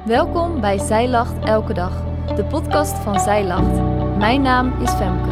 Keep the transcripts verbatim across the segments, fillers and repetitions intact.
Welkom bij Zij Lacht Elke Dag, de podcast van Zij Lacht. Mijn naam is Femke.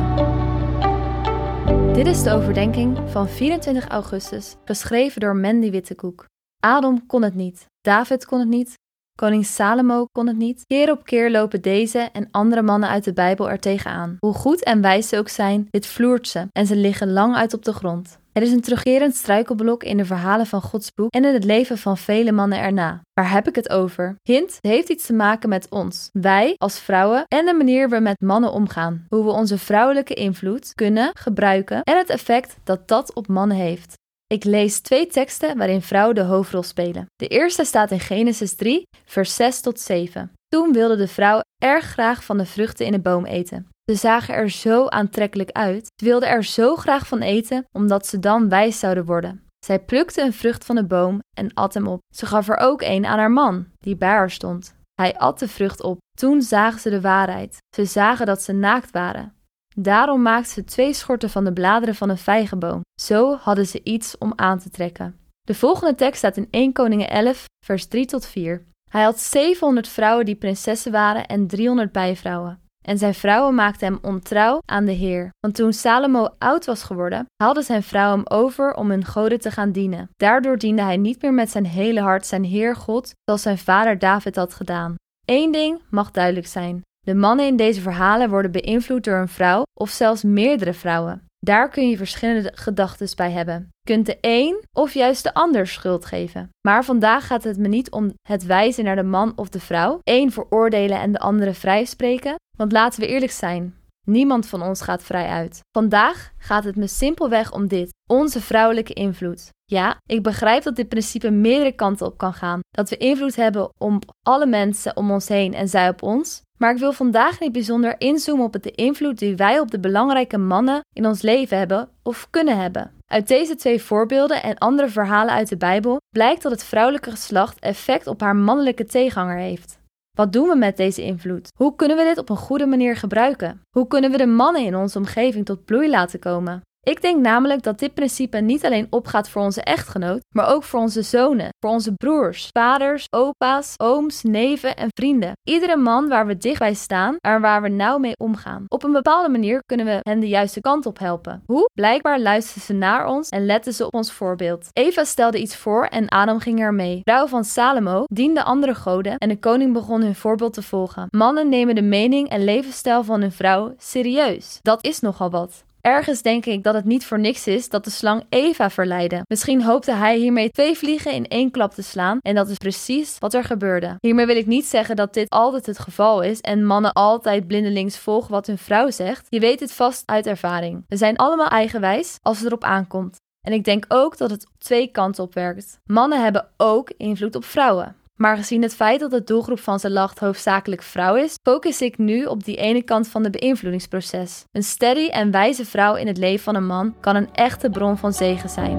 Dit is de overdenking van vierentwintig augustus, geschreven door Mandy Wittekoek. Adam kon het niet, David kon het niet, koning Salomo kon het niet. Keer op keer lopen deze en andere mannen uit de Bijbel er tegenaan. Hoe goed en wijs ze ook zijn, dit vloert ze en ze liggen lang uit op de grond. Er is een terugkerend struikelblok in de verhalen van Gods boek en in het leven van vele mannen erna. Waar heb ik het over? Hint, het heeft iets te maken met ons, wij als vrouwen en de manier we met mannen omgaan. Hoe we onze vrouwelijke invloed kunnen gebruiken en het effect dat dat op mannen heeft. Ik lees twee teksten waarin vrouwen de hoofdrol spelen. De eerste staat in Genesis drie, vers zes tot zeven. Toen wilde de vrouw erg graag van de vruchten in de boom eten. Ze zagen er zo aantrekkelijk uit. Ze wilden er zo graag van eten, omdat ze dan wijs zouden worden. Zij plukte een vrucht van de boom en at hem op. Ze gaf er ook een aan haar man, die bij haar stond. Hij at de vrucht op. Toen zagen ze de waarheid. Ze zagen dat ze naakt waren. Daarom maakten ze twee schorten van de bladeren van een vijgenboom. Zo hadden ze iets om aan te trekken. De volgende tekst staat in Eerste Koningen elf, vers drie tot vier. Hij had zevenhonderd vrouwen die prinsessen waren en driehonderd bijvrouwen. En zijn vrouwen maakten hem ontrouw aan de Heer. Want toen Salomo oud was geworden, haalden zijn vrouwen hem over om hun goden te gaan dienen. Daardoor diende hij niet meer met zijn hele hart zijn Heer God, zoals zijn vader David had gedaan. Eén ding mag duidelijk zijn. De mannen in deze verhalen worden beïnvloed door een vrouw of zelfs meerdere vrouwen. Daar kun je verschillende gedachten bij hebben. Je kunt de een of juist de ander schuld geven. Maar vandaag gaat het me niet om het wijzen naar de man of de vrouw, één veroordelen en de andere vrijspreken, want laten we eerlijk zijn, niemand van ons gaat vrij uit. Vandaag gaat het me simpelweg om dit, onze vrouwelijke invloed. Ja, ik begrijp dat dit principe meerdere kanten op kan gaan, dat we invloed hebben op alle mensen om ons heen en zij op ons. Maar ik wil vandaag in het bijzonder inzoomen op de invloed die wij op de belangrijke mannen in ons leven hebben of kunnen hebben. Uit deze twee voorbeelden en andere verhalen uit de Bijbel blijkt dat het vrouwelijke geslacht effect op haar mannelijke tegenhanger heeft. Wat doen we met deze invloed? Hoe kunnen we dit op een goede manier gebruiken? Hoe kunnen we de mannen in onze omgeving tot bloei laten komen? Ik denk namelijk dat dit principe niet alleen opgaat voor onze echtgenoot, maar ook voor onze zonen, voor onze broers, vaders, opa's, ooms, neven en vrienden. Iedere man waar we dichtbij staan en waar we nauw mee omgaan. Op een bepaalde manier kunnen we hen de juiste kant op helpen. Hoe? Blijkbaar luisteren ze naar ons en letten ze op ons voorbeeld. Eva stelde iets voor en Adam ging er mee. De vrouw van Salomo diende andere goden en de koning begon hun voorbeeld te volgen. Mannen nemen de mening en levensstijl van hun vrouw serieus. Dat is nogal wat. Ergens denk ik dat het niet voor niks is dat de slang Eva verleidde. Misschien hoopte hij hiermee twee vliegen in één klap te slaan en dat is precies wat er gebeurde. Hiermee wil ik niet zeggen dat dit altijd het geval is en mannen altijd blindelings volgen wat hun vrouw zegt. Je weet het vast uit ervaring. We zijn allemaal eigenwijs als het erop aankomt. En ik denk ook dat het twee kanten op werkt. Mannen hebben ook invloed op vrouwen. Maar gezien het feit dat de doelgroep van Zij Lacht hoofdzakelijk vrouw is, focus ik nu op die ene kant van de beïnvloedingsproces. Een steady en wijze vrouw in het leven van een man kan een echte bron van zegen zijn.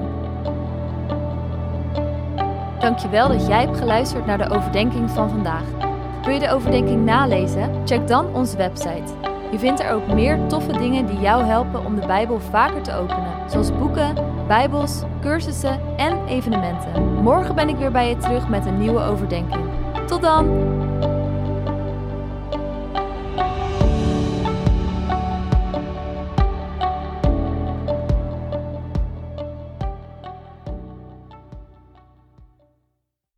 Dankjewel dat jij hebt geluisterd naar de overdenking van vandaag. Wil je de overdenking nalezen? Check dan onze website. Je vindt er ook meer toffe dingen die jou helpen om de Bijbel vaker te openen, zoals boeken, Bijbels, cursussen en evenementen. Morgen ben ik weer bij je terug met een nieuwe overdenking. Tot dan!